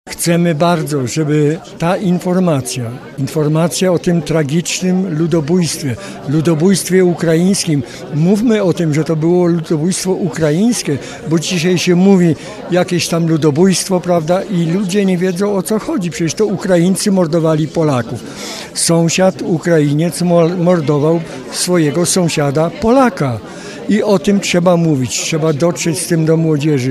Chcemy bardzo, żeby ta informacja o tym tragicznym ludobójstwie ukraińskim, mówmy o tym, że to było ludobójstwo ukraińskie, bo dzisiaj się mówi jakieś tam ludobójstwo, prawda, i ludzie nie wiedzą, o co chodzi. Przecież to Ukraińcy mordowali Polaków. Sąsiad Ukrainiec mordował swojego sąsiada Polaka. I o tym trzeba mówić, trzeba dotrzeć z tym do młodzieży.